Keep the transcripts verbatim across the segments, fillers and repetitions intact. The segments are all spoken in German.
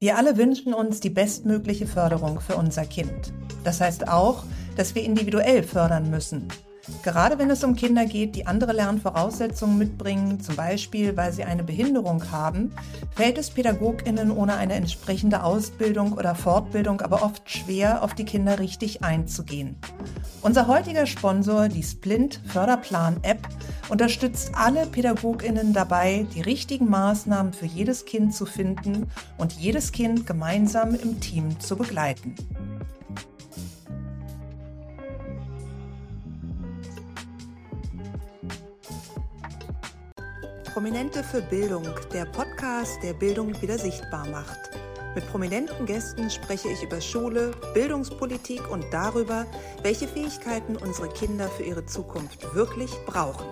Wir alle wünschen uns die bestmögliche Förderung für unser Kind. Das heißt auch, dass wir individuell fördern müssen. Gerade wenn es um Kinder geht, die andere Lernvoraussetzungen mitbringen, zum Beispiel weil sie eine Behinderung haben, fällt es PädagogInnen ohne eine entsprechende Ausbildung oder Fortbildung aber oft schwer, auf die Kinder richtig einzugehen. Unser heutiger Sponsor, die Splint Förderplan-App, unterstützt alle PädagogInnen dabei, die richtigen Maßnahmen für jedes Kind zu finden und jedes Kind gemeinsam im Team zu begleiten. Prominente für Bildung, der Podcast, der Bildung wieder sichtbar macht. Mit prominenten Gästen spreche ich über Schule, Bildungspolitik und darüber, welche Fähigkeiten unsere Kinder für ihre Zukunft wirklich brauchen.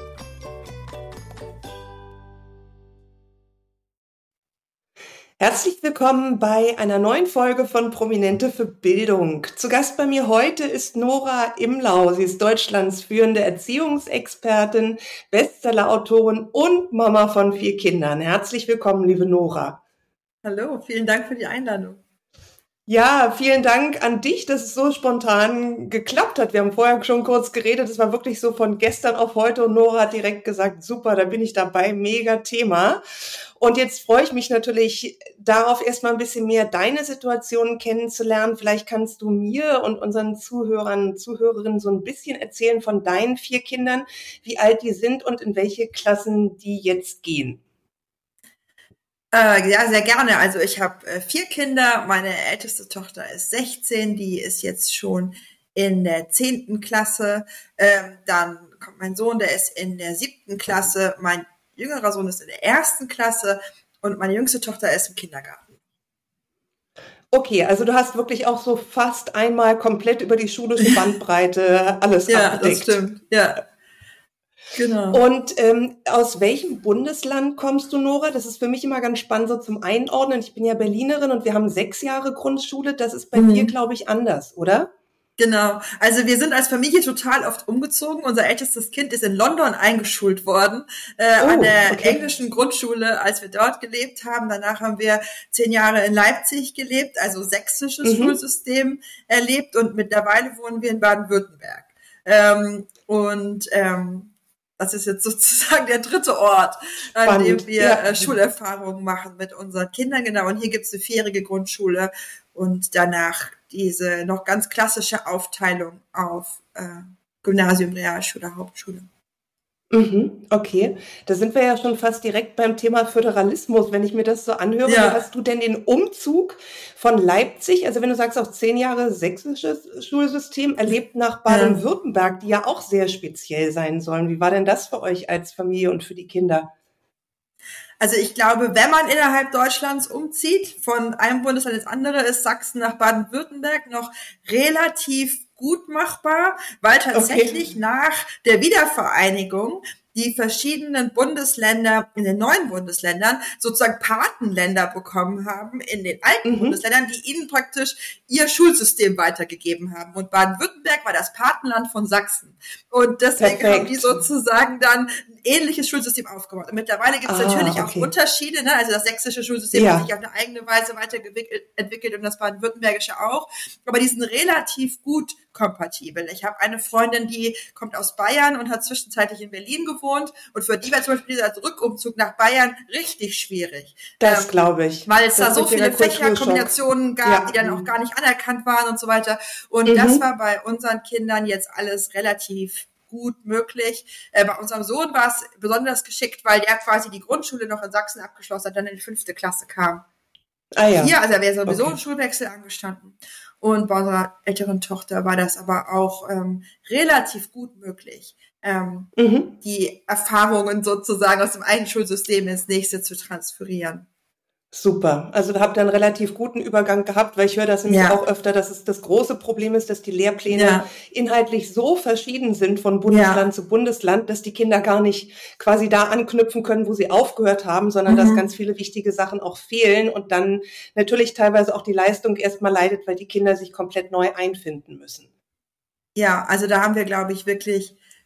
Herzlich willkommen bei einer neuen Folge von Prominente für Bildung. Zu Gast bei mir heute ist Nora Imlau. Sie ist Deutschlands führende Erziehungsexpertin, Bestsellerautorin und Mama von vier Kindern. Herzlich willkommen, liebe Nora. Hallo, vielen Dank für die Einladung. Ja, vielen Dank an dich, dass es so spontan geklappt hat. Wir haben vorher schon kurz geredet. Es war wirklich so von gestern auf heute und Nora hat direkt gesagt, super, da bin ich dabei, mega Thema. Und jetzt freue ich mich natürlich darauf, erstmal ein bisschen mehr deine Situation kennenzulernen. Vielleicht kannst du mir und unseren Zuhörern und Zuhörerinnen so ein bisschen erzählen von deinen vier Kindern, wie alt die sind und in welche Klassen die jetzt gehen. Äh, ja, sehr gerne. Also ich habe äh, vier Kinder. Meine älteste Tochter ist sechzehn, die ist jetzt schon in der zehnten Klasse. Ähm, dann kommt mein Sohn, der ist in der siebten Klasse. Mein jüngerer Sohn ist in der ersten Klasse und meine jüngste Tochter ist im Kindergarten. Okay, also du hast wirklich auch so fast einmal komplett über die schulische Bandbreite alles ja, abgedeckt. Ja, das stimmt. Ja. Genau. Und ähm, aus welchem Bundesland kommst du, Nora? Das ist für mich immer ganz spannend so zum Einordnen. Ich bin ja Berlinerin und wir haben sechs Jahre Grundschule. Das ist bei mhm. dir, glaube ich, anders, oder? Genau. Also wir sind als Familie total oft umgezogen. Unser ältestes Kind ist in London eingeschult worden, äh, oh, an der okay. englischen Grundschule, als wir dort gelebt haben. Danach haben wir zehn Jahre in Leipzig gelebt, also sächsisches mhm. Schulsystem erlebt und mittlerweile wohnen wir in Baden-Württemberg. Ähm, und ähm, das ist jetzt sozusagen der dritte Ort, an Spannend. dem wir ja. äh, Schulerfahrungen machen mit unseren Kindern. Genau, und hier gibt es eine vierjährige Grundschule und danach diese noch ganz klassische Aufteilung auf äh, Gymnasium, Realschule, Hauptschule. Mhm, okay, da sind wir ja schon fast direkt beim Thema Föderalismus, wenn ich mir das so anhöre. Ja. Wie hast du denn den Umzug von Leipzig, also wenn du sagst auch zehn Jahre sächsisches Schulsystem, erlebt nach Baden-Württemberg, die ja auch sehr speziell sein sollen. Wie war denn das für euch als Familie und für die Kinder? Also ich glaube, wenn man innerhalb Deutschlands umzieht, von einem Bundesland ins andere, ist Sachsen nach Baden-Württemberg noch relativ gut machbar, weil tatsächlich okay. nach der Wiedervereinigung die verschiedenen Bundesländer in den neuen Bundesländern sozusagen Patenländer bekommen haben in den alten mhm. Bundesländern, die ihnen praktisch ihr Schulsystem weitergegeben haben. Und Baden-Württemberg war das Patenland von Sachsen. Und deswegen Perfekt. haben die sozusagen dann ein ähnliches Schulsystem aufgebaut. Und mittlerweile gibt es ah, natürlich okay. auch Unterschiede. Ne? Also das sächsische Schulsystem ja. hat sich auf eine eigene Weise weiterentwickelt und das baden-württembergische auch. Aber die sind relativ gut kompatibel. Ich habe eine Freundin, die kommt aus Bayern und hat zwischenzeitlich in Berlin gewohnt und für die war zum Beispiel dieser Rückumzug nach Bayern richtig schwierig. Das ähm, glaube ich. Weil es das da so viele Fächerkombinationen gab, ja. die dann auch gar nicht anerkannt waren und so weiter. Und mhm. das war bei unseren Kindern jetzt alles relativ gut möglich. Äh, bei unserem Sohn war es besonders geschickt, weil der quasi die Grundschule noch in Sachsen abgeschlossen hat, dann in die fünfte Klasse kam. Ah ja. Hier, also da wäre sowieso okay. ein Schulwechsel angestanden. Und bei unserer älteren Tochter war das aber auch ähm, relativ gut möglich, ähm, mhm. die Erfahrungen sozusagen aus dem einen Schulsystem ins nächste zu transferieren. Super. Also da habt ihr einen relativ guten Übergang gehabt, weil ich höre das nämlich ja. auch öfter, dass es das große Problem ist, dass die Lehrpläne ja. inhaltlich so verschieden sind von Bundesland ja. zu Bundesland, dass die Kinder gar nicht quasi da anknüpfen können, wo sie aufgehört haben, sondern mhm. dass ganz viele wichtige Sachen auch fehlen und dann natürlich teilweise auch die Leistung erstmal leidet, weil die Kinder sich komplett neu einfinden müssen. Ja, also da haben wir, glaube ich, wirklich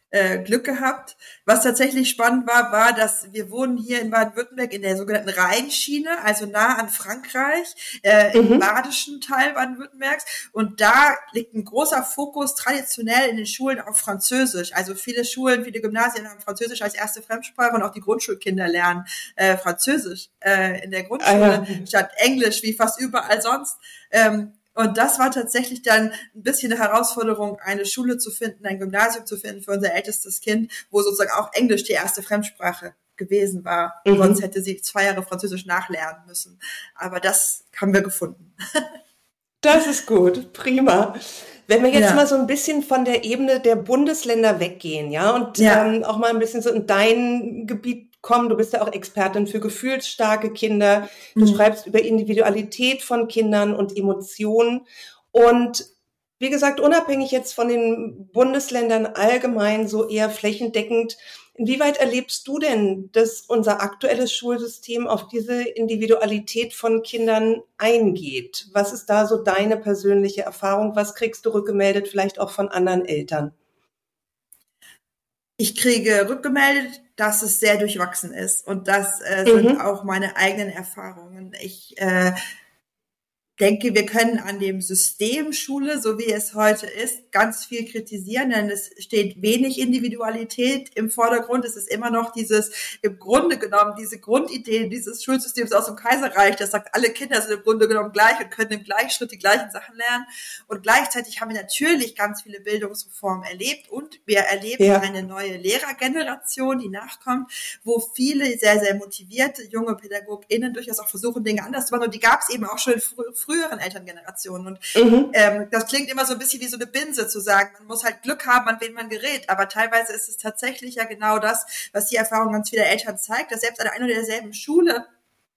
äh, Glück gehabt. Was tatsächlich spannend war, war, dass wir wohnen hier in Baden-Württemberg in der sogenannten Rheinschiene, also nah an Frankreich, äh, Mhm. im badischen Teil Baden-Württembergs. Und da liegt ein großer Fokus traditionell in den Schulen auf Französisch. Also viele Schulen, viele Gymnasien haben Französisch als erste Fremdsprache und auch die Grundschulkinder lernen äh, Französisch äh, in der Grundschule Ah, ja. statt Englisch, wie fast überall sonst. Ähm, Und das war tatsächlich dann ein bisschen eine Herausforderung, eine Schule zu finden, ein Gymnasium zu finden für unser ältestes Kind, wo sozusagen auch Englisch die erste Fremdsprache gewesen war. Mhm. Sonst hätte sie zwei Jahre Französisch nachlernen müssen. Aber das haben wir gefunden. Das ist gut, prima. Wenn wir jetzt Ja. mal so ein bisschen von der Ebene der Bundesländer weggehen, ja, und Ja. ähm, auch mal ein bisschen so in dein Gebiet kommen, du bist ja auch Expertin für gefühlsstarke Kinder, du Mhm. schreibst über Individualität von Kindern und Emotionen und wie gesagt, unabhängig jetzt von den Bundesländern allgemein, so eher flächendeckend, inwieweit erlebst du denn, dass unser aktuelles Schulsystem auf diese Individualität von Kindern eingeht? Was ist da so deine persönliche Erfahrung? Was kriegst du rückgemeldet, vielleicht auch von anderen Eltern? Ich kriege rückgemeldet, dass es sehr durchwachsen ist. Und das äh, sind Mhm. auch meine eigenen Erfahrungen. Ich äh, denke, wir können an dem System Schule, so wie es heute ist, ganz viel kritisieren, denn es steht wenig Individualität im Vordergrund. Es ist immer noch dieses, im Grunde genommen, diese Grundidee dieses Schulsystems aus dem Kaiserreich, das sagt, alle Kinder sind im Grunde genommen gleich und können im Gleichschritt die gleichen Sachen lernen. Und gleichzeitig haben wir natürlich ganz viele Bildungsreformen erlebt und wir erleben Ja. eine neue Lehrergeneration, die nachkommt, wo viele sehr, sehr motivierte junge PädagogInnen durchaus auch versuchen, Dinge anders zu machen. Und die gab es eben auch schon in frü früheren Elterngenerationen. Und Mhm. ähm, das klingt immer so ein bisschen wie so eine Binse zu sagen, man muss halt Glück haben, an wen man gerät. Aber teilweise ist es tatsächlich ja genau das, was die Erfahrung ganz vieler Eltern zeigt, dass selbst an einer und derselben Schule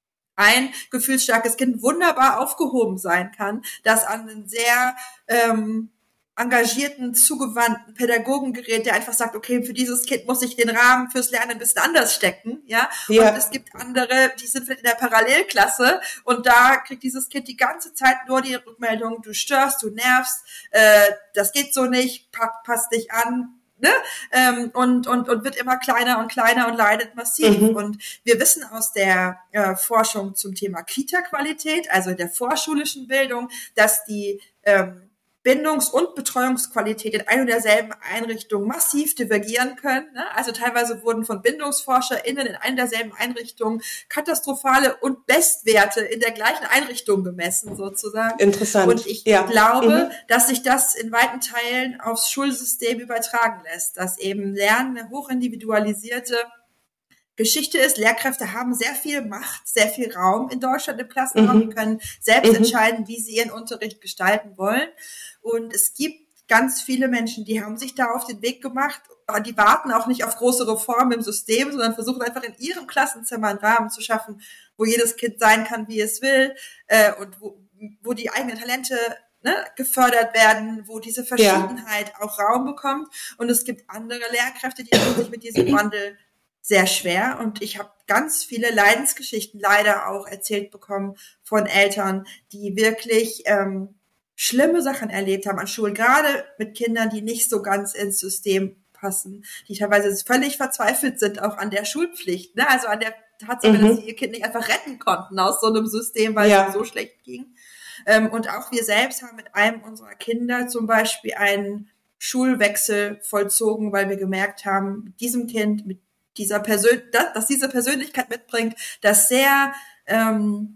ein gefühlsstarkes Kind wunderbar aufgehoben sein kann, das an einen sehr ähm, engagierten, zugewandten Pädagogen gerät, der einfach sagt, okay, für dieses Kind muss ich den Rahmen fürs Lernen ein bisschen anders stecken, ja. Ja. Und es gibt andere, die sind vielleicht in der Parallelklasse und da kriegt dieses Kind die ganze Zeit nur die Rückmeldung, du störst, du nervst, äh, das geht so nicht, pack, pass dich an, ne? Ähm, und, und, und wird immer kleiner und kleiner und leidet massiv. Mhm. Und wir wissen aus der äh, Forschung zum Thema Kita-Qualität, also der vorschulischen Bildung, dass die ähm, Bindungs- und Betreuungsqualität in ein und derselben Einrichtung massiv divergieren können. Ne? Also teilweise wurden von BindungsforscherInnen in ein und derselben Einrichtung katastrophale und Bestwerte in der gleichen Einrichtung gemessen, sozusagen. Interessant. Und ich Ja. glaube, Mhm. dass sich das in weiten Teilen aufs Schulsystem übertragen lässt, dass eben Lernen eine hochindividualisierte Geschichte ist. Lehrkräfte haben sehr viel Macht, sehr viel Raum in Deutschland im Klassenraum. Mhm. Die können selbst Mhm. entscheiden, wie sie ihren Unterricht gestalten wollen. Und es gibt ganz viele Menschen, die haben sich da auf den Weg gemacht. Die warten auch nicht auf große Reformen im System, sondern versuchen einfach in ihrem Klassenzimmer einen Rahmen zu schaffen, wo jedes Kind sein kann, wie es will, äh, und wo, wo die eigenen Talente ne, gefördert werden, wo diese Verschiedenheit ja. auch Raum bekommt. Und es gibt andere Lehrkräfte, die tun sich mit diesem Wandel sehr schwer. Und ich habe ganz viele Leidensgeschichten leider auch erzählt bekommen von Eltern, die wirklich ähm, schlimme Sachen erlebt haben an Schulen, gerade mit Kindern, die nicht so ganz ins System passen, die teilweise völlig verzweifelt sind auch an der Schulpflicht, ne? Also an der Tatsache, mhm. dass sie ihr Kind nicht einfach retten konnten aus so einem System, weil ja. es so schlecht ging. Ähm, und auch wir selbst haben mit einem unserer Kinder zum Beispiel einen Schulwechsel vollzogen, weil wir gemerkt haben, mit diesem Kind, mit dieser Persön dass, dass diese Persönlichkeit mitbringt, dass sehr ähm,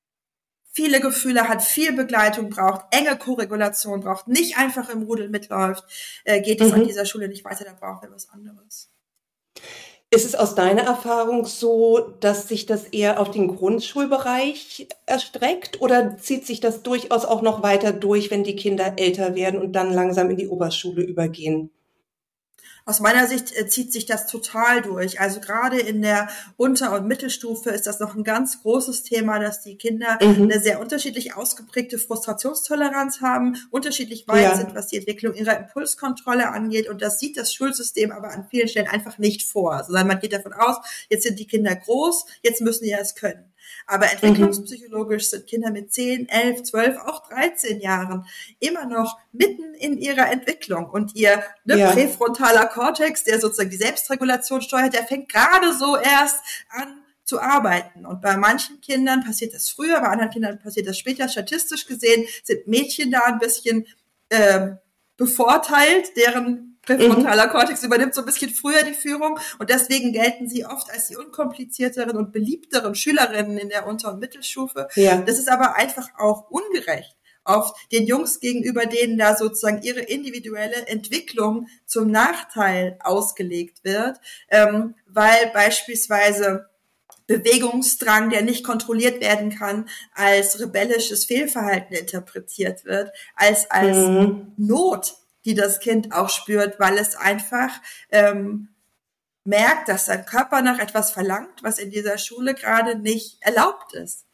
viele Gefühle hat, viel Begleitung braucht, enge Korregulation braucht, nicht einfach im Rudel mitläuft, äh, geht es mhm. an dieser Schule nicht weiter, da brauchen wir was anderes. Ist es aus deiner Erfahrung so, dass sich das eher auf den Grundschulbereich erstreckt oder zieht sich das durchaus auch noch weiter durch, wenn die Kinder älter werden und dann langsam in die Oberschule übergehen? Aus meiner Sicht äh, zieht sich das total durch. Also gerade in der Unter- und Mittelstufe ist das noch ein ganz großes Thema, dass die Kinder mhm. eine sehr unterschiedlich ausgeprägte Frustrationstoleranz haben, unterschiedlich weit ja. sind, was die Entwicklung ihrer Impulskontrolle angeht. Und das sieht das Schulsystem aber an vielen Stellen einfach nicht vor. Sondern man geht davon aus, jetzt sind die Kinder groß, jetzt müssen die das können. Aber entwicklungspsychologisch sind Kinder mit zehn, elf, zwölf, auch dreizehn Jahren immer noch mitten in ihrer Entwicklung. Und ihr ne, ja. präfrontaler Kortex, der sozusagen die Selbstregulation steuert, der fängt gerade so erst an zu arbeiten. Und bei manchen Kindern passiert das früher, bei anderen Kindern passiert das später. Statistisch gesehen sind Mädchen da ein bisschen äh, bevorteilt, deren präfrontaler Kortex übernimmt so ein bisschen früher die Führung und deswegen gelten sie oft als die unkomplizierteren und beliebteren Schülerinnen in der Unter- und Mittelstufe. Ja. Das ist aber einfach auch ungerecht oft den Jungs gegenüber, denen da sozusagen ihre individuelle Entwicklung zum Nachteil ausgelegt wird, ähm, weil beispielsweise Bewegungsdrang, der nicht kontrolliert werden kann, als rebellisches Fehlverhalten interpretiert wird, als als mhm. Not, die das Kind auch spürt, weil es einfach ähm, merkt, dass sein Körper nach etwas verlangt, was in dieser Schule gerade nicht erlaubt ist.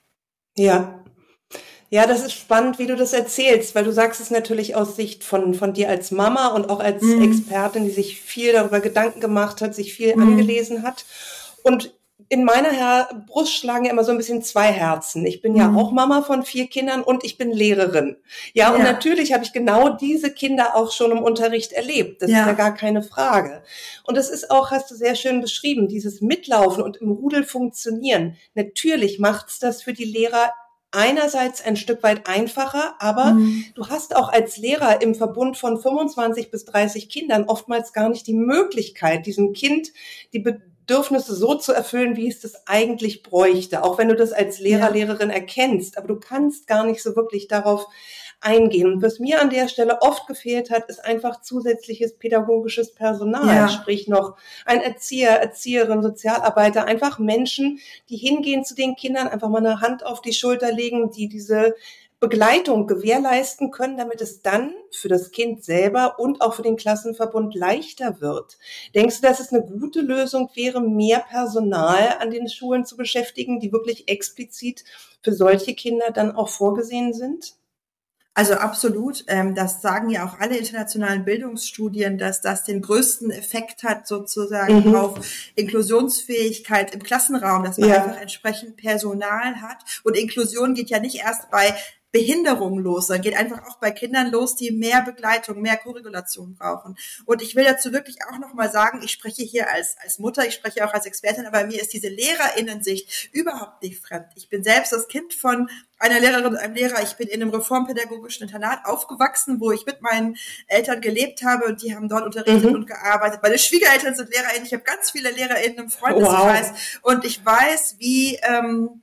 Ja. Ja, das ist spannend, wie du das erzählst, weil du sagst es natürlich aus Sicht von von dir als Mama und auch als mhm. Expertin, die sich viel darüber Gedanken gemacht hat, sich viel mhm. angelesen hat. Und in meiner Her- Brust schlagen ja immer so ein bisschen zwei Herzen. Ich bin ja mhm. auch Mama von vier Kindern und ich bin Lehrerin. Ja, ja. Und natürlich habe ich genau diese Kinder auch schon im Unterricht erlebt. Das ja. ist ja gar keine Frage. Und das ist auch, hast du sehr schön beschrieben, dieses Mitlaufen und im Rudel funktionieren. Natürlich macht's das für die Lehrer einerseits ein Stück weit einfacher, aber mhm. du hast auch als Lehrer im Verbund von fünfundzwanzig bis dreißig Kindern oftmals gar nicht die Möglichkeit, diesem Kind die Bedürfnisse so zu erfüllen, wie es das eigentlich bräuchte, auch wenn du das als Lehrer, ja. Lehrerin erkennst, aber du kannst gar nicht so wirklich darauf eingehen. Und was mir an der Stelle oft gefehlt hat, ist einfach zusätzliches pädagogisches Personal, ja. sprich noch ein Erzieher, Erzieherin, Sozialarbeiter, einfach Menschen, die hingehen zu den Kindern, einfach mal eine Hand auf die Schulter legen, die diese Begleitung gewährleisten können, damit es dann für das Kind selber und auch für den Klassenverbund leichter wird. Denkst du, dass es eine gute Lösung wäre, mehr Personal an den Schulen zu beschäftigen, die wirklich explizit für solche Kinder dann auch vorgesehen sind? Also absolut. Das sagen ja auch alle internationalen Bildungsstudien, dass das den größten Effekt hat sozusagen mhm. auf Inklusionsfähigkeit im Klassenraum, dass man ja. einfach entsprechend Personal hat. Und Inklusion geht ja nicht erst bei Behinderung los, sondern geht einfach auch bei Kindern los, die mehr Begleitung, mehr Korregulation brauchen. Und ich will dazu wirklich auch nochmal sagen, ich spreche hier als als Mutter, ich spreche auch als Expertin, aber mir ist diese LehrerInnensicht überhaupt nicht fremd. Ich bin selbst das Kind von einer Lehrerin und einem Lehrer. Ich bin in einem reformpädagogischen Internat aufgewachsen, wo ich mit meinen Eltern gelebt habe und die haben dort unterrichtet mhm. und gearbeitet. Meine Schwiegereltern sind LehrerInnen. Ich habe ganz viele LehrerInnen im Freundeskreis wow. und ich weiß, wie ähm,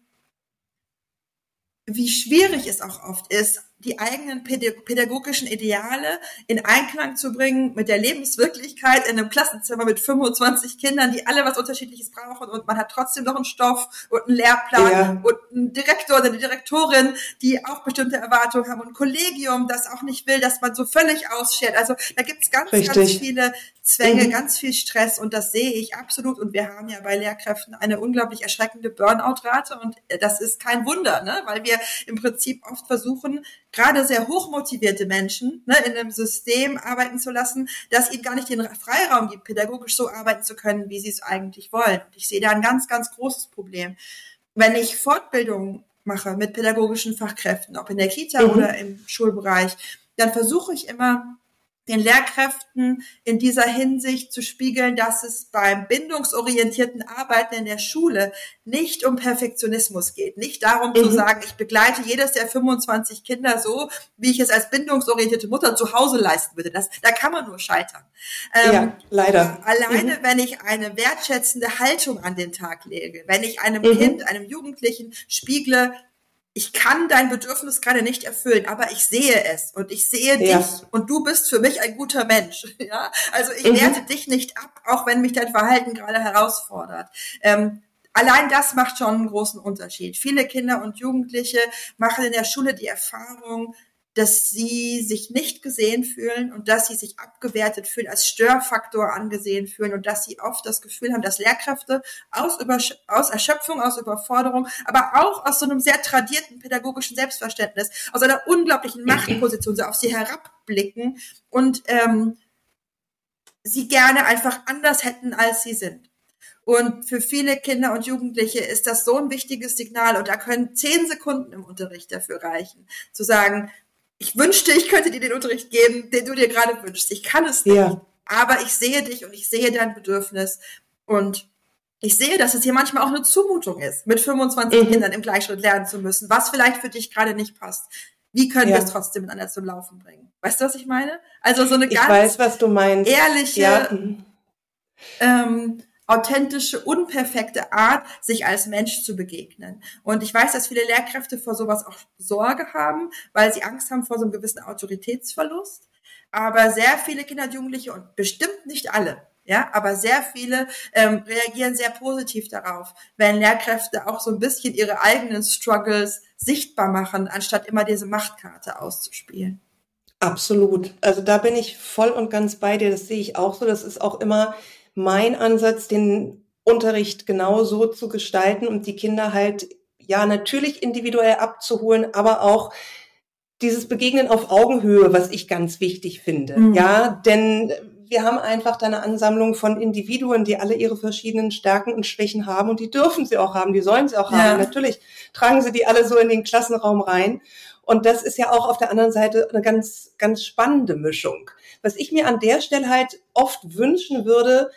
wie schwierig es auch oft ist, die eigenen pädagogischen Ideale in Einklang zu bringen mit der Lebenswirklichkeit in einem Klassenzimmer mit fünfundzwanzig Kindern, die alle was Unterschiedliches brauchen und man hat trotzdem noch einen Stoff und einen Lehrplan ja. und einen Direktor oder eine Direktorin, die auch bestimmte Erwartungen haben und ein Kollegium, das auch nicht will, dass man so völlig ausschert. Also da gibt's ganz, Richtig. ganz viele Zwänge, mhm. ganz viel Stress und das sehe ich absolut und wir haben ja bei Lehrkräften eine unglaublich erschreckende Burnout-Rate und das ist kein Wunder, ne? Weil wir im Prinzip oft versuchen, gerade sehr hochmotivierte Menschen ne, in einem System arbeiten zu lassen, das ihnen gar nicht den Freiraum gibt, pädagogisch so arbeiten zu können, wie sie es eigentlich wollen. Und ich sehe da ein ganz, ganz großes Problem. Wenn ich Fortbildungen mache mit pädagogischen Fachkräften, ob in der Kita mhm. oder im Schulbereich, dann versuche ich immer, den Lehrkräften in dieser Hinsicht zu spiegeln, dass es beim bindungsorientierten Arbeiten in der Schule nicht um Perfektionismus geht. Nicht darum mhm. zu sagen, ich begleite jedes der fünfundzwanzig Kinder so, wie ich es als bindungsorientierte Mutter zu Hause leisten würde. Das, da kann man nur scheitern. Ähm, ja, leider. Alleine, mhm. wenn ich eine wertschätzende Haltung an den Tag lege, wenn ich einem mhm. Kind, einem Jugendlichen spiegle, ich kann dein Bedürfnis gerade nicht erfüllen, aber ich sehe es und ich sehe ja. dich und du bist für mich ein guter Mensch. Ja, also ich mhm. werte dich nicht ab, auch wenn mich dein Verhalten gerade herausfordert. Ähm, allein das macht schon einen großen Unterschied. Viele Kinder und Jugendliche machen in der Schule die Erfahrung, dass sie sich nicht gesehen fühlen und dass sie sich abgewertet fühlen, als Störfaktor angesehen fühlen und dass sie oft das Gefühl haben, dass Lehrkräfte aus, Übersch- aus Erschöpfung, aus Überforderung, aber auch aus so einem sehr tradierten pädagogischen Selbstverständnis, aus einer unglaublichen Machtposition so auf sie herabblicken und ähm, sie gerne einfach anders hätten, als sie sind. Und für viele Kinder und Jugendliche ist das so ein wichtiges Signal und da können zehn Sekunden im Unterricht dafür reichen, zu sagen, ich wünschte, ich könnte dir den Unterricht geben, den du dir gerade wünschst. Ich kann es nicht, ja. aber ich sehe dich und ich sehe dein Bedürfnis und ich sehe, dass es hier manchmal auch eine Zumutung ist, mit fünfundzwanzig mhm. Kindern im Gleichschritt lernen zu müssen, was vielleicht für dich gerade nicht passt. Wie können ja. wir es trotzdem miteinander zum Laufen bringen? Weißt du, was ich meine? Also so eine ganz ich weiß, was du meinst. ehrliche, ja. ähm, authentische, unperfekte Art, sich als Mensch zu begegnen. Und ich weiß, dass viele Lehrkräfte vor sowas auch Sorge haben, weil sie Angst haben vor so einem gewissen Autoritätsverlust. Aber sehr viele Kinder und Jugendliche, und bestimmt nicht alle, ja, aber sehr viele ähm, reagieren sehr positiv darauf, wenn Lehrkräfte auch so ein bisschen ihre eigenen Struggles sichtbar machen, anstatt immer diese Machtkarte auszuspielen. Absolut. Also da bin ich voll und ganz bei dir. Das sehe ich auch so. Das ist auch immer mein Ansatz, den Unterricht genau so zu gestalten und die Kinder halt, ja, natürlich individuell abzuholen, aber auch dieses Begegnen auf Augenhöhe, was ich ganz wichtig finde. Mhm. Ja, denn wir haben einfach da eine Ansammlung von Individuen, die alle ihre verschiedenen Stärken und Schwächen haben und die dürfen sie auch haben, die sollen sie auch ja. haben. Natürlich tragen sie die alle so in den Klassenraum rein. Und das ist ja auch auf der anderen Seite eine ganz, ganz spannende Mischung. Was ich mir an der Stelle halt oft wünschen würde,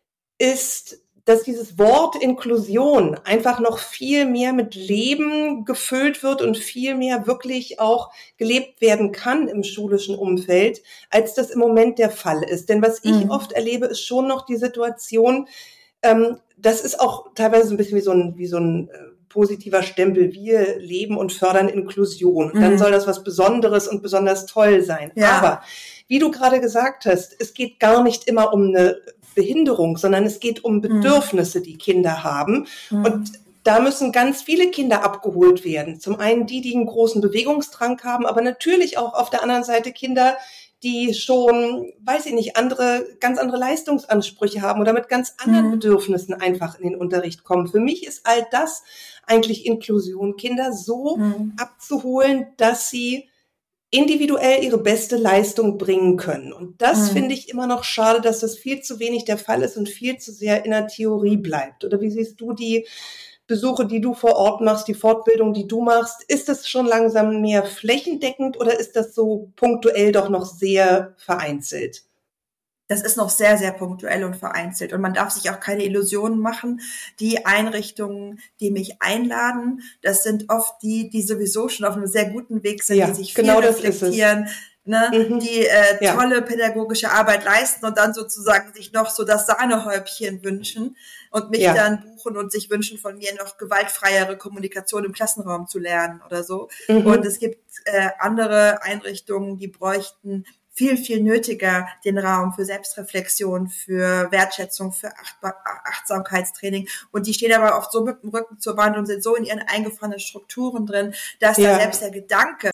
ist, dass dieses Wort Inklusion einfach noch viel mehr mit Leben gefüllt wird und viel mehr wirklich auch gelebt werden kann im schulischen Umfeld, als das im Moment der Fall ist. Denn was ich mhm. oft erlebe, ist schon noch die Situation, ähm, das ist auch teilweise ein bisschen wie so ein, wie so ein äh, positiver Stempel. Wir leben und fördern Inklusion. Mhm. Dann soll das was Besonderes und besonders toll sein. Ja. Aber wie du gerade gesagt hast, es geht gar nicht immer um eine Behinderung, sondern es geht um Bedürfnisse, die Kinder haben. Mhm. Und da müssen ganz viele Kinder abgeholt werden. Zum einen die, die einen großen Bewegungsdrang haben, aber natürlich auch auf der anderen Seite Kinder, die schon, weiß ich nicht, andere, ganz andere Leistungsansprüche haben oder mit ganz anderen mhm. Bedürfnissen einfach in den Unterricht kommen. Für mich ist all das eigentlich Inklusion, Kinder so mhm. abzuholen, dass sie individuell ihre beste Leistung bringen können. Und das mhm. finde ich immer noch schade, dass das viel zu wenig der Fall ist und viel zu sehr in der Theorie bleibt. Oder wie siehst du die Besuche, die du vor Ort machst, die Fortbildung, die du machst? Ist das schon langsam mehr flächendeckend oder ist das so punktuell doch noch sehr vereinzelt? Das ist noch sehr, sehr punktuell und vereinzelt. Und man darf sich auch keine Illusionen machen. Die Einrichtungen, die mich einladen, das sind oft die, die sowieso schon auf einem sehr guten Weg sind, ja, die sich viel genau reflektieren, ne, mhm. die äh, ja. tolle pädagogische Arbeit leisten und dann sozusagen sich noch so das Sahnehäubchen wünschen und mich ja. dann buchen und sich wünschen, von mir noch gewaltfreiere Kommunikation im Klassenraum zu lernen oder so. Mhm. Und es gibt äh, andere Einrichtungen, die bräuchten viel, viel nötiger den Raum für Selbstreflexion, für Wertschätzung, für Achtsamkeitstraining. Und die stehen aber oft so mit dem Rücken zur Wand und sind so in ihren eingefahrenen Strukturen drin, dass ja. da selbst der Gedanke.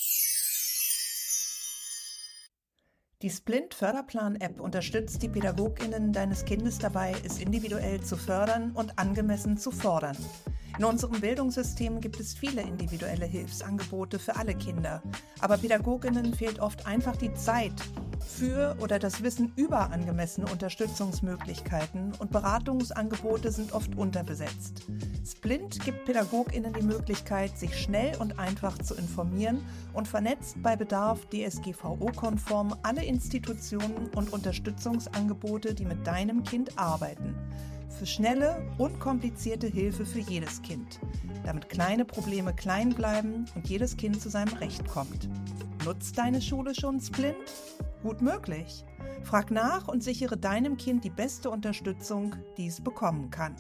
Die Splint-Förderplan-App unterstützt die PädagogInnen deines Kindes dabei, es individuell zu fördern und angemessen zu fordern. In unserem Bildungssystem gibt es viele individuelle Hilfsangebote für alle Kinder, aber PädagogInnen fehlt oft einfach die Zeit für oder das Wissen über angemessene Unterstützungsmöglichkeiten und Beratungsangebote sind oft unterbesetzt. Splint gibt PädagogInnen die Möglichkeit, sich schnell und einfach zu informieren und vernetzt bei Bedarf D S G V O-konform alle Institutionen und Unterstützungsangebote, die mit deinem Kind arbeiten. Für schnelle, unkomplizierte Hilfe für jedes Kind, damit kleine Probleme klein bleiben und jedes Kind zu seinem Recht kommt. Nutzt deine Schule schon Splint? Gut möglich. Frag nach und sichere deinem Kind die beste Unterstützung, die es bekommen kann.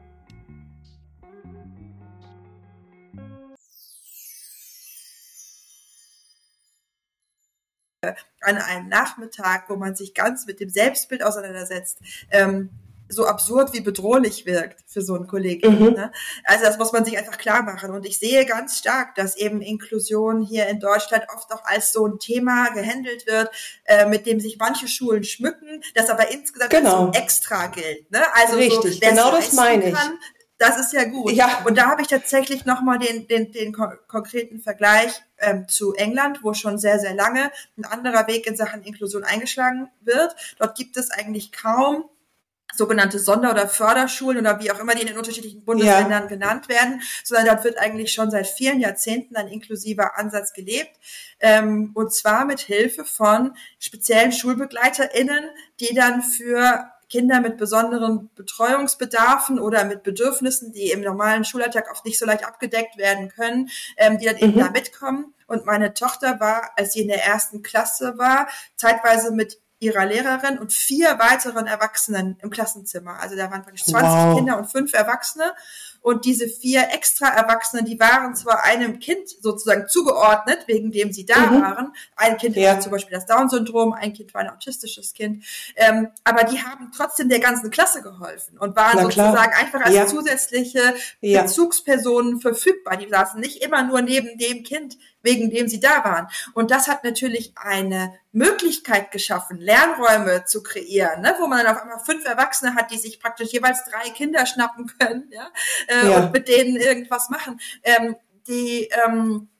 An einem Nachmittag, wo man sich ganz mit dem Selbstbild auseinandersetzt, ähm, so absurd wie bedrohlich wirkt für so einen Kollegen. Mhm. Ne? Also das muss man sich einfach klar machen. Und ich sehe ganz stark, dass eben Inklusion hier in Deutschland oft auch als so ein Thema gehandelt wird, äh, mit dem sich manche Schulen schmücken, das aber insgesamt genau. als so extra gilt. Ne? Also richtig, so, genau das meine ich. Kann, das ist ja gut. Ja. Und da habe ich tatsächlich nochmal den, den, den kon- konkreten Vergleich ähm, zu England, wo schon sehr, sehr lange ein anderer Weg in Sachen Inklusion eingeschlagen wird. Dort gibt es eigentlich kaum sogenannte Sonder- oder Förderschulen oder wie auch immer die in den unterschiedlichen Bundesländern ja. genannt werden, sondern dort wird eigentlich schon seit vielen Jahrzehnten ein inklusiver Ansatz gelebt, ähm, und zwar mit Hilfe von speziellen SchulbegleiterInnen, die dann für Kinder mit besonderen Betreuungsbedarfen oder mit Bedürfnissen, die im normalen Schulalltag oft nicht so leicht abgedeckt werden können, ähm, die dann eben mhm. da mitkommen. Und meine Tochter war, als sie in der ersten Klasse war, zeitweise mit ihrer Lehrerin und vier weiteren Erwachsenen im Klassenzimmer. Also da waren praktisch zwanzig wow. Kinder und fünf Erwachsene. Und diese vier extra Erwachsenen, die waren zwar einem Kind sozusagen zugeordnet, wegen dem sie da mhm. waren. Ein Kind ja. hatte zum Beispiel das Down-Syndrom, ein Kind war ein autistisches Kind. Ähm, aber die haben trotzdem der ganzen Klasse geholfen und waren sozusagen einfach als ja. zusätzliche ja. Bezugspersonen verfügbar. Die saßen nicht immer nur neben dem Kind, wegen dem sie da waren. Und das hat natürlich eine Möglichkeit geschaffen, Lernräume zu kreieren, ne, wo man dann auf einmal fünf Erwachsene hat, die sich praktisch jeweils drei Kinder schnappen können, ja, äh, ja. und mit denen irgendwas machen, ähm, die, ähm,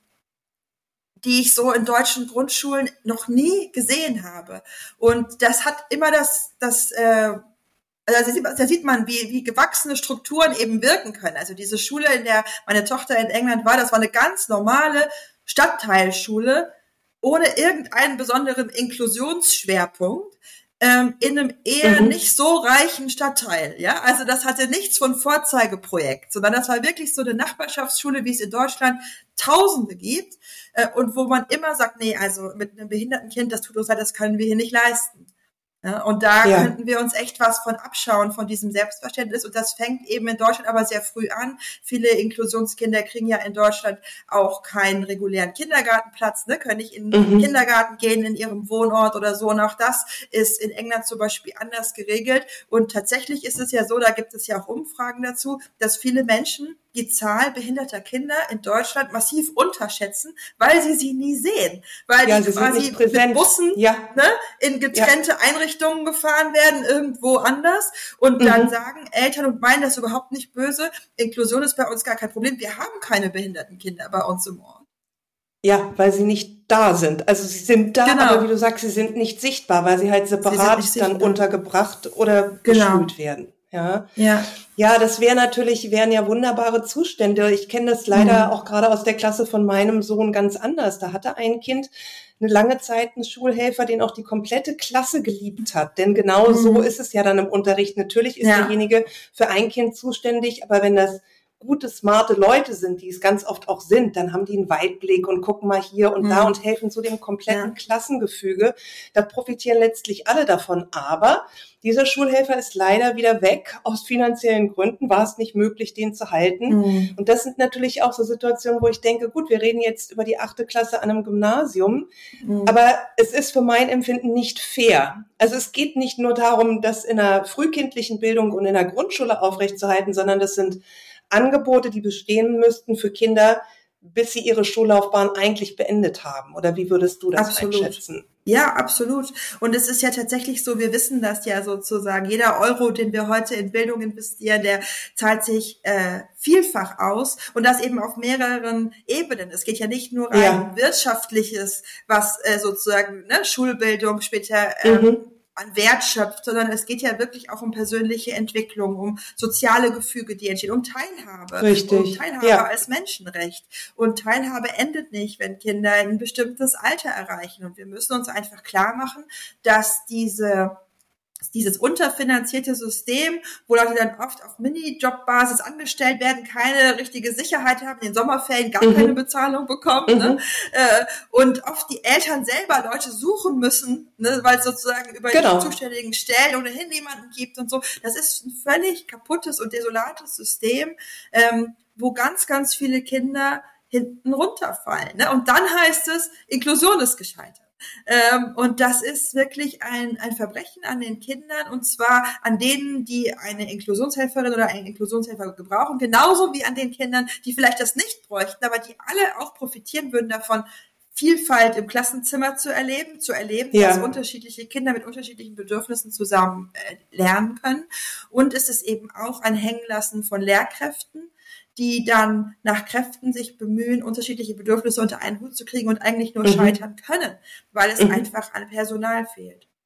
die ich so in deutschen Grundschulen noch nie gesehen habe. Und das hat immer das, das, äh, Also da sieht man, wie, wie gewachsene Strukturen eben wirken können. Also diese Schule, in der meine Tochter in England war, das war eine ganz normale Stadtteilschule ohne irgendeinen besonderen Inklusionsschwerpunkt ähm, in einem eher mhm. nicht so reichen Stadtteil. Ja, also das hatte nichts von Vorzeigeprojekt, sondern das war wirklich so eine Nachbarschaftsschule, wie es in Deutschland Tausende gibt äh, und wo man immer sagt, nee, also mit einem behinderten Kind, das tut uns leid, das können wir hier nicht leisten. Ja, und da ja. könnten wir uns echt was von abschauen, von diesem Selbstverständnis. Und das fängt eben in Deutschland aber sehr früh an. Viele Inklusionskinder kriegen ja in Deutschland auch keinen regulären Kindergartenplatz, ne, können nicht in den mhm. Kindergarten gehen in ihrem Wohnort oder so. Und auch das ist in England zum Beispiel anders geregelt. Und tatsächlich ist es ja so, da gibt es ja auch Umfragen dazu, dass viele Menschen die Zahl behinderter Kinder in Deutschland massiv unterschätzen, weil sie sie nie sehen. Weil ja, die quasi mit Bussen ja. ne, in getrennte ja. Einrichtungen gefahren werden, irgendwo anders und mhm. dann sagen Eltern und meinen das überhaupt nicht böse, Inklusion ist bei uns gar kein Problem, wir haben keine behinderten Kinder bei uns im Ort. Ja, weil sie nicht da sind. Also sie sind da, genau. aber wie du sagst, sie sind nicht sichtbar, weil sie halt separat sie dann untergebracht oder genau. geschult werden. Ja, ja, ja, das wäre natürlich, wären ja wunderbare Zustände. Ich kenne das leider mhm. auch gerade aus der Klasse von meinem Sohn ganz anders. Da hatte ein Kind eine lange Zeit einen Schulhelfer, den auch die komplette Klasse geliebt hat. Denn genau mhm. so ist es ja dann im Unterricht. Natürlich ist ja. derjenige für ein Kind zuständig, aber wenn das gute, smarte Leute sind, die es ganz oft auch sind, dann haben die einen Weitblick und gucken mal hier und mhm. da und helfen zu dem kompletten ja. Klassengefüge. Da profitieren letztlich alle davon. Aber dieser Schulhelfer ist leider wieder weg. Aus finanziellen Gründen war es nicht möglich, den zu halten. Mhm. Und das sind natürlich auch so Situationen, wo ich denke, gut, wir reden jetzt über die achte Klasse an einem Gymnasium, mhm. aber es ist für mein Empfinden nicht fair. Also es geht nicht nur darum, das in einer frühkindlichen Bildung und in der Grundschule aufrechtzuerhalten, sondern das sind Angebote, die bestehen müssten für Kinder, bis sie ihre Schullaufbahn eigentlich beendet haben. Oder wie würdest du das absolut. einschätzen? Ja, absolut. Und es ist ja tatsächlich so, wir wissen das ja sozusagen, jeder Euro, den wir heute in Bildung investieren, der zahlt sich äh, vielfach aus und das eben auf mehreren Ebenen. Es geht ja nicht nur rein ja. um Wirtschaftliches, was äh, sozusagen ne, Schulbildung später ähm, mhm. an Wert schöpft, sondern es geht ja wirklich auch um persönliche Entwicklung, um soziale Gefüge, die entstehen, um Teilhabe. Richtig. Um Teilhabe ja. als Menschenrecht. Und Teilhabe endet nicht, wenn Kinder ein bestimmtes Alter erreichen. Und wir müssen uns einfach klar machen, dass diese dieses unterfinanzierte System, wo Leute dann oft auf Minijob-Basis angestellt werden, keine richtige Sicherheit haben, in den Sommerferien gar mhm. keine Bezahlung bekommen, mhm. ne? äh, und oft die Eltern selber Leute suchen müssen, ne? Weil es sozusagen über genau. die zuständigen Stellen ohnehin niemanden gibt und so. Das ist ein völlig kaputtes und desolates System, ähm, wo ganz, ganz viele Kinder hinten runterfallen. Ne? Und dann heißt es, Inklusion ist gescheitert. Ähm, und das ist wirklich ein, ein Verbrechen an den Kindern und zwar an denen, die eine Inklusionshelferin oder einen Inklusionshelfer gebrauchen, genauso wie an den Kindern, die vielleicht das nicht bräuchten, aber die alle auch profitieren würden davon, Vielfalt im Klassenzimmer zu erleben, zu erleben, ja. dass unterschiedliche Kinder mit unterschiedlichen Bedürfnissen zusammen äh, lernen können. Und es ist eben auch ein Hängenlassen von Lehrkräften, die dann nach Kräften sich bemühen, unterschiedliche Bedürfnisse unter einen Hut zu kriegen und eigentlich nur mhm. scheitern können, weil es mhm. einfach an Personal fehlt.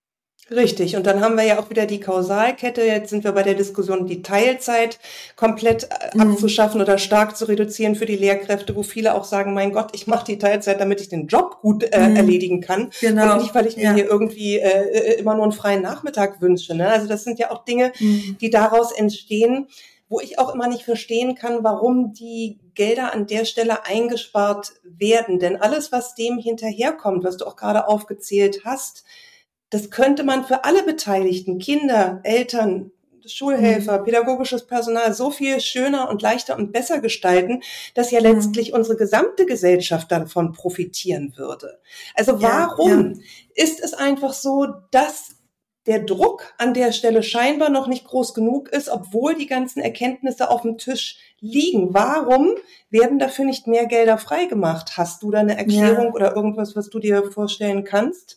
Richtig. Und dann haben wir ja auch wieder die Kausalkette. Jetzt sind wir bei der Diskussion, die Teilzeit komplett mhm. abzuschaffen oder stark zu reduzieren für die Lehrkräfte, wo viele auch sagen, mein Gott, ich mache die Teilzeit, damit ich den Job gut äh, mhm. erledigen kann. Genau. Und nicht, weil ich mir ja. hier irgendwie äh, immer nur einen freien Nachmittag wünsche. Ne? Also das sind ja auch Dinge, mhm. die daraus entstehen, wo ich auch immer nicht verstehen kann, warum die Gelder an der Stelle eingespart werden. Denn alles, was dem hinterherkommt, was du auch gerade aufgezählt hast, das könnte man für alle Beteiligten, Kinder, Eltern, Schulhelfer, mhm. pädagogisches Personal so viel schöner und leichter und besser gestalten, dass ja mhm. letztlich unsere gesamte Gesellschaft davon profitieren würde. Also warum ja, ja. ist es einfach so, dass der Druck an der Stelle scheinbar noch nicht groß genug ist, obwohl die ganzen Erkenntnisse auf dem Tisch liegen? Warum werden dafür nicht mehr Gelder freigemacht? Hast du da eine Erklärung ja. oder irgendwas, was du dir vorstellen kannst?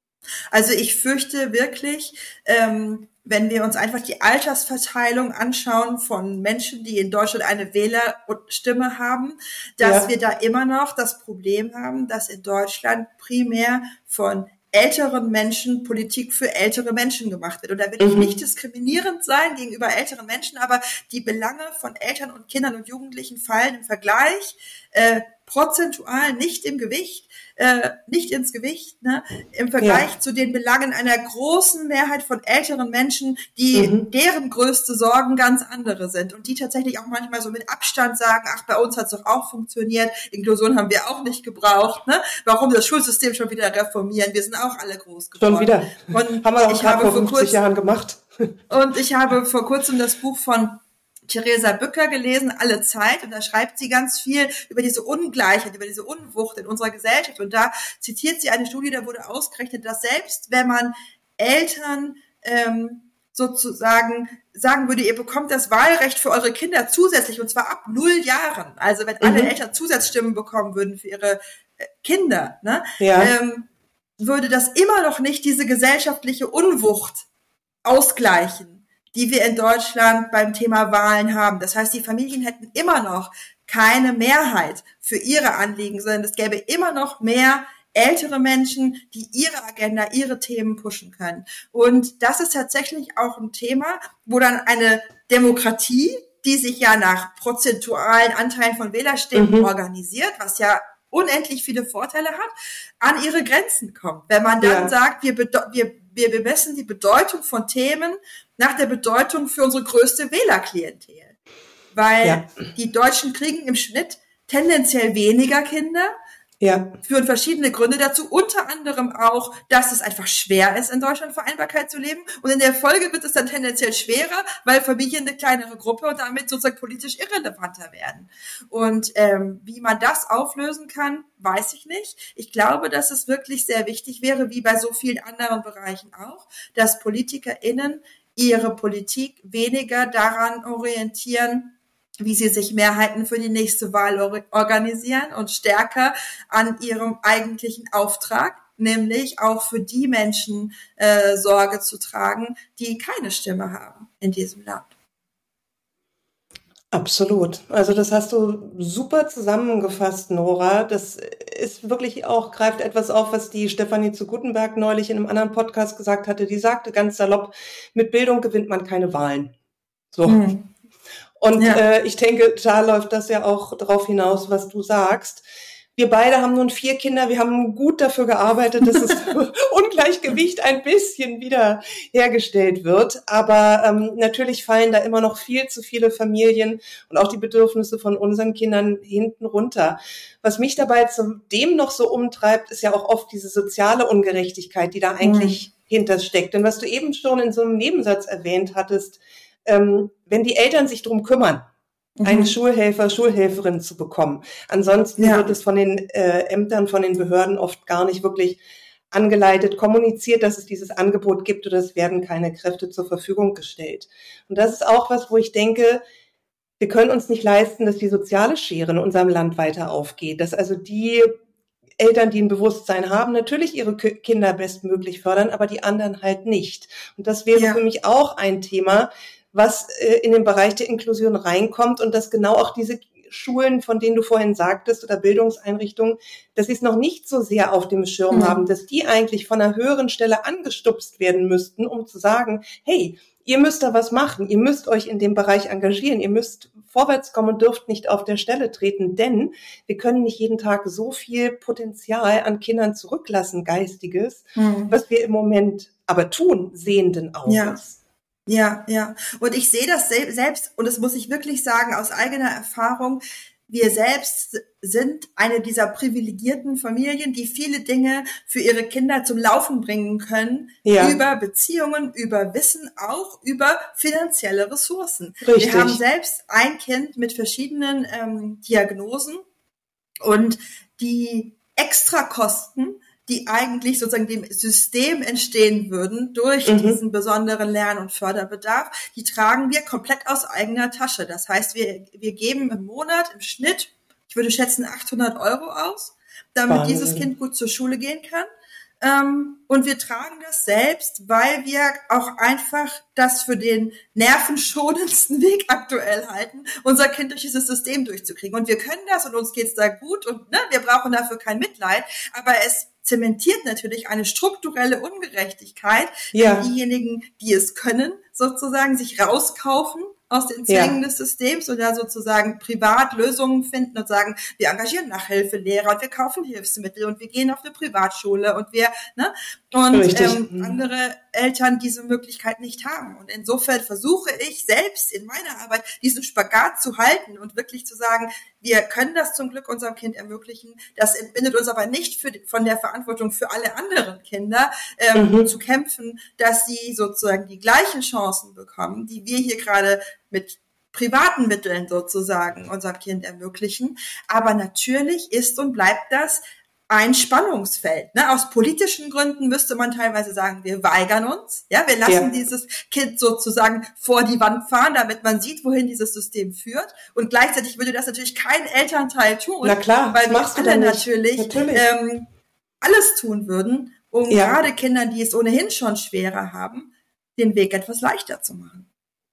Also ich fürchte wirklich, ähm, wenn wir uns einfach die Altersverteilung anschauen von Menschen, die in Deutschland eine Wählerstimme haben, dass ja. wir da immer noch das Problem haben, dass in Deutschland primär von älteren Menschen Politik für ältere Menschen gemacht wird. Und da will ich nicht diskriminierend sein gegenüber älteren Menschen, aber die Belange von Eltern und Kindern und Jugendlichen fallen im Vergleich äh, prozentual nicht im Gewicht, äh, nicht ins Gewicht, ne, im Vergleich ja. zu den Belangen einer großen Mehrheit von älteren Menschen, die mhm. deren größte Sorgen ganz andere sind und die tatsächlich auch manchmal so mit Abstand sagen, ach, bei uns hat's doch auch funktioniert, Inklusion haben wir auch nicht gebraucht, ne? Warum das Schulsystem schon wieder reformieren? Wir sind auch alle groß geworden. Schon wieder. Und haben wir auch ich habe habe vor fünfzig kurzem, Jahren gemacht. Und ich habe vor kurzem das Buch von Theresa Bücker gelesen, Alle Zeit, und da schreibt sie ganz viel über diese Ungleichheit, über diese Unwucht in unserer Gesellschaft, und da zitiert sie eine Studie, da wurde ausgerechnet, dass selbst wenn man Eltern ähm, sozusagen sagen würde, ihr bekommt das Wahlrecht für eure Kinder zusätzlich, und zwar ab null Jahren, also wenn alle mhm. Eltern Zusatzstimmen bekommen würden für ihre äh, Kinder, ne, ja. ähm, würde das immer noch nicht diese gesellschaftliche Unwucht ausgleichen, die wir in Deutschland beim Thema Wahlen haben. Das heißt, die Familien hätten immer noch keine Mehrheit für ihre Anliegen, sondern es gäbe immer noch mehr ältere Menschen, die ihre Agenda, ihre Themen pushen können. Und das ist tatsächlich auch ein Thema, wo dann eine Demokratie, die sich ja nach prozentualen Anteilen von Wählerstimmen mhm. organisiert, was ja unendlich viele Vorteile hat, an ihre Grenzen kommt. Wenn man dann ja. sagt, wir, wir, wir bemessen die Bedeutung von Themen nach der Bedeutung für unsere größte Wählerklientel. Weil ja. die Deutschen kriegen im Schnitt tendenziell weniger Kinder, ja. führen verschiedene Gründe dazu, unter anderem auch, dass es einfach schwer ist, in Deutschland Vereinbarkeit zu leben. Und in der Folge wird es dann tendenziell schwerer, weil Familien eine kleinere Gruppe und damit sozusagen politisch irrelevanter werden. Und ähm, wie man das auflösen kann, weiß ich nicht. Ich glaube, dass es wirklich sehr wichtig wäre, wie bei so vielen anderen Bereichen auch, dass PolitikerInnen ihre Politik weniger daran orientieren, wie sie sich Mehrheiten für die nächste Wahl or- organisieren und stärker an ihrem eigentlichen Auftrag, nämlich auch für die Menschen äh, Sorge zu tragen, die keine Stimme haben in diesem Land. Absolut. Also das hast du super zusammengefasst, Nora. Das ist wirklich auch, greift etwas auf, was die Stefanie zu Guttenberg neulich in einem anderen Podcast gesagt hatte. Die sagte ganz salopp, mit Bildung gewinnt man keine Wahlen. So. Hm. Und ja. äh, ich denke, da läuft das ja auch darauf hinaus, was du sagst. Wir beide haben nun vier Kinder. Wir haben gut dafür gearbeitet, dass das Ungleichgewicht ein bisschen wieder hergestellt wird. Aber ähm, natürlich fallen da immer noch viel zu viele Familien und auch die Bedürfnisse von unseren Kindern hinten runter. Was mich dabei zudem noch so umtreibt, ist ja auch oft diese soziale Ungerechtigkeit, die da eigentlich mhm. hintersteckt. Denn was du eben schon in so einem Nebensatz erwähnt hattest, ähm, wenn die Eltern sich drum kümmern, mhm. einen Schulhelfer, Schulhelferin zu bekommen. Ansonsten ja. wird es von den äh, Ämtern, von den Behörden oft gar nicht wirklich angeleitet, kommuniziert, dass es dieses Angebot gibt, oder es werden keine Kräfte zur Verfügung gestellt. Und das ist auch was, wo ich denke, wir können uns nicht leisten, dass die soziale Schere in unserem Land weiter aufgeht, dass also die Eltern, die ein Bewusstsein haben, natürlich ihre Kinder bestmöglich fördern, aber die anderen halt nicht. Und das wäre ja. für mich auch ein Thema, was äh, in den Bereich der Inklusion reinkommt und dass genau auch diese Schulen, von denen du vorhin sagtest, oder Bildungseinrichtungen, dass sie es noch nicht so sehr auf dem Schirm mhm. haben, dass die eigentlich von einer höheren Stelle angestupst werden müssten, um zu sagen, hey, ihr müsst da was machen, ihr müsst euch in dem Bereich engagieren, ihr müsst vorwärts kommen und dürft nicht auf der Stelle treten, denn wir können nicht jeden Tag so viel Potenzial an Kindern zurücklassen, Geistiges, mhm. was wir im Moment aber tun, sehenden Auges. Ja. Ja, ja. Und ich sehe das selbst, und das muss ich wirklich sagen, aus eigener Erfahrung, wir selbst sind eine dieser privilegierten Familien, die viele Dinge für ihre Kinder zum Laufen bringen können, ja. über Beziehungen, über Wissen, auch über finanzielle Ressourcen. Richtig. Wir haben selbst ein Kind mit verschiedenen ähm, Diagnosen, und die Extrakosten, die eigentlich sozusagen dem System entstehen würden durch mhm. diesen besonderen Lern- und Förderbedarf, die tragen wir komplett aus eigener Tasche. Das heißt, wir, wir geben im Monat im Schnitt, ich würde schätzen, achthundert Euro aus, damit Wahnsinn. Dieses Kind gut zur Schule gehen kann. Ähm, und wir tragen das selbst, weil wir auch einfach das für den nervenschonendsten Weg aktuell halten, unser Kind durch dieses System durchzukriegen. Und wir können das, und uns geht's da gut, und ne, wir brauchen dafür kein Mitleid, aber es zementiert natürlich eine strukturelle Ungerechtigkeit, ja. wenn diejenigen, die es können, sozusagen sich rauskaufen aus den Zwängen ja. des Systems oder sozusagen privat Lösungen finden und sagen, wir engagieren Nachhilfelehrer und wir kaufen Hilfsmittel und wir gehen auf eine Privatschule und wir, ne? Und ähm, andere Eltern diese Möglichkeit nicht haben. Und insofern versuche ich selbst in meiner Arbeit diesen Spagat zu halten und wirklich zu sagen, wir können das zum Glück unserem Kind ermöglichen. Das entbindet uns aber nicht für, von der Verantwortung für alle anderen Kinder, ähm, mhm. zu kämpfen, dass sie sozusagen die gleichen Chancen bekommen, die wir hier gerade mit privaten Mitteln sozusagen unserem Kind ermöglichen. Aber natürlich ist und bleibt das ein Spannungsfeld. Ne? Aus politischen Gründen müsste man teilweise sagen, wir weigern uns. Ja, wir lassen ja. dieses Kind sozusagen vor die Wand fahren, damit man sieht, wohin dieses System führt. Und gleichzeitig würde das natürlich kein Elternteil tun. Na klar, weil wir alle natürlich, natürlich. Ähm, alles tun würden, um ja. gerade Kindern, die es ohnehin schon schwerer haben, den Weg etwas leichter zu machen.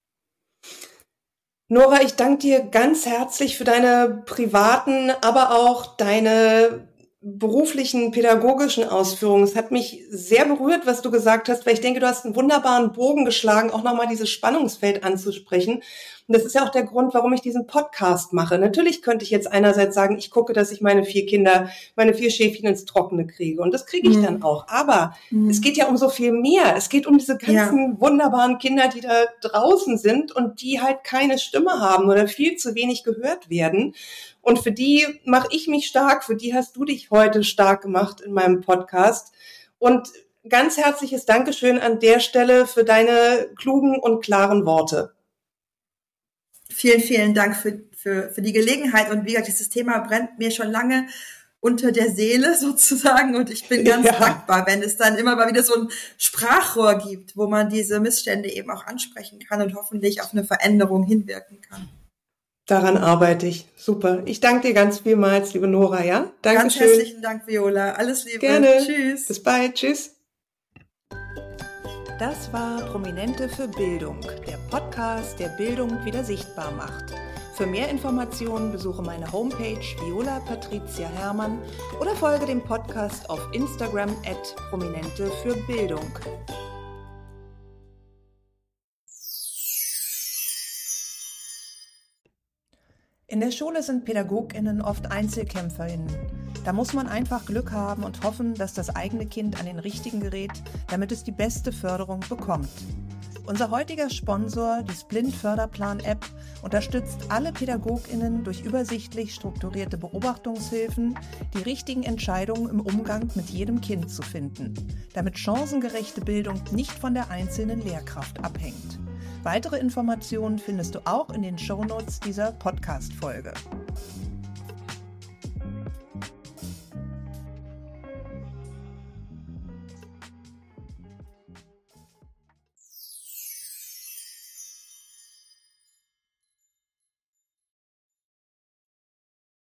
Nora, ich danke dir ganz herzlich für deine privaten, aber auch deine beruflichen, pädagogischen Ausführungen. Es hat mich sehr berührt, was du gesagt hast, weil ich denke, du hast einen wunderbaren Bogen geschlagen, auch nochmal dieses Spannungsfeld anzusprechen. Und das ist ja auch der Grund, warum ich diesen Podcast mache. Natürlich könnte ich jetzt einerseits sagen, ich gucke, dass ich meine vier Kinder, meine vier Schäfchen ins Trockene kriege. Und das kriege ich mhm. dann auch. Aber mhm. es geht ja um so viel mehr. Es geht um diese ganzen ja. wunderbaren Kinder, die da draußen sind und die halt keine Stimme haben oder viel zu wenig gehört werden. Und für die mache ich mich stark, für die hast du dich heute stark gemacht in meinem Podcast. Und ganz herzliches Dankeschön an der Stelle für deine klugen und klaren Worte. Vielen, vielen Dank für, für, für die Gelegenheit. Und wie gesagt, dieses Thema brennt mir schon lange unter der Seele sozusagen. Und ich bin ganz ja. dankbar, wenn es dann immer mal wieder so ein Sprachrohr gibt, wo man diese Missstände eben auch ansprechen kann und hoffentlich auf eine Veränderung hinwirken kann. Daran arbeite ich. Super. Ich danke dir ganz vielmals, liebe Nora, ja? Dankeschön. Ganz herzlichen Dank, Viola. Alles Liebe. Gerne. Tschüss. Bis bald. Tschüss. Das war Prominente für Bildung, der Podcast, der Bildung wieder sichtbar macht. Für mehr Informationen besuche meine Homepage Viola Patricia Herrmann oder folge dem Podcast auf Instagram at Prominente für Bildung. In der Schule sind PädagogInnen oft EinzelkämpferInnen. Da muss man einfach Glück haben und hoffen, dass das eigene Kind an den richtigen gerät, damit es die beste Förderung bekommt. Unser heutiger Sponsor, die Splint-Förderplan-App, unterstützt alle PädagogInnen durch übersichtlich strukturierte Beobachtungshilfen, die richtigen Entscheidungen im Umgang mit jedem Kind zu finden, damit chancengerechte Bildung nicht von der einzelnen Lehrkraft abhängt. Weitere Informationen findest du auch in den Shownotes dieser Podcast-Folge.